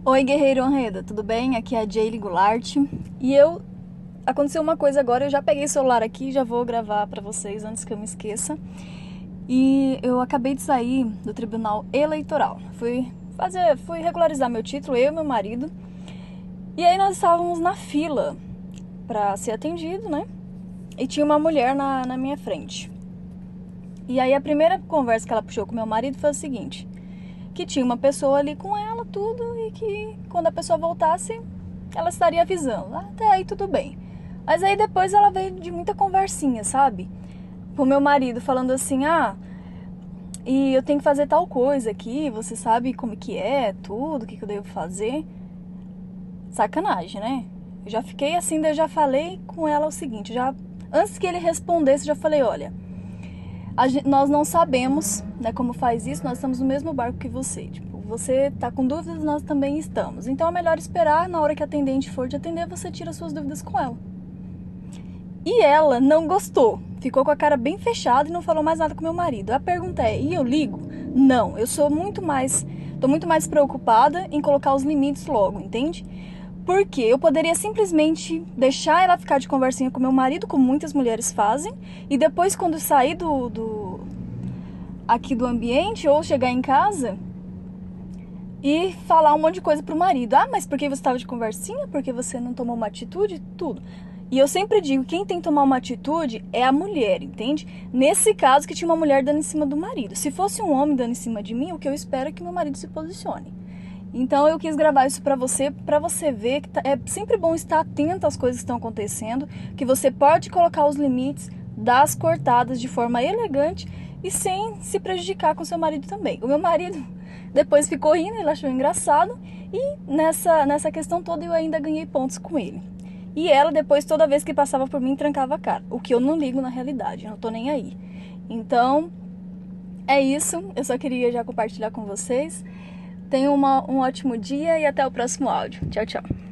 Oi, Guerreiro Anreda, tudo bem? Aqui é a Jaylee Goulart. Aconteceu uma coisa agora, eu já peguei o celular aqui, já vou gravar pra vocês antes que eu me esqueça. E eu acabei de sair do Tribunal Eleitoral. Fui regularizar meu título, eu e meu marido. E aí nós estávamos na fila pra ser atendido, né? E tinha uma mulher na minha frente. E aí a primeira conversa que ela puxou com meu marido foi o seguinte: que tinha uma pessoa ali com ela, tudo, e que quando a pessoa voltasse, ela estaria avisando. Até aí tudo bem. Mas aí depois ela veio de muita conversinha, sabe? Pro meu marido falando assim, e eu tenho que fazer tal coisa aqui, você sabe como que é, tudo, o que eu devo fazer. Sacanagem, né? Eu já fiquei assim, daí eu já falei com ela o seguinte, antes que ele respondesse, eu já falei, olha, nós não sabemos, né, como faz isso, nós estamos no mesmo barco que você. Tipo, você tá com dúvidas, nós também estamos. Então é melhor esperar, na hora que a atendente for te atender, você tira suas dúvidas com ela. E ela não gostou, ficou com a cara bem fechada e não falou mais nada com meu marido. A pergunta é, e eu ligo? Não, eu tô muito mais preocupada em colocar os limites logo, entende? Porque eu poderia simplesmente deixar ela ficar de conversinha com meu marido, como muitas mulheres fazem, e depois, quando sair aqui do ambiente ou chegar em casa, e falar um monte de coisa pro marido. Mas por que você estava de conversinha? Porque você não tomou uma atitude? Tudo. E eu sempre digo, quem tem que tomar uma atitude é a mulher, entende? Nesse caso que tinha uma mulher dando em cima do marido. Se fosse um homem dando em cima de mim, o que eu espero é que meu marido se posicione. Então eu quis gravar isso pra você ver que é sempre bom estar atento às coisas que estão acontecendo, que você pode colocar os limites, dar as cortadas de forma elegante e sem se prejudicar com seu marido também. O meu marido depois ficou rindo, ele achou engraçado e nessa questão toda eu ainda ganhei pontos com ele. E ela depois, toda vez que passava por mim, trancava a cara, o que eu não ligo na realidade, eu não tô nem aí. Então, é isso, eu só queria já compartilhar com vocês. Tenham um ótimo dia e até o próximo áudio. Tchau, tchau.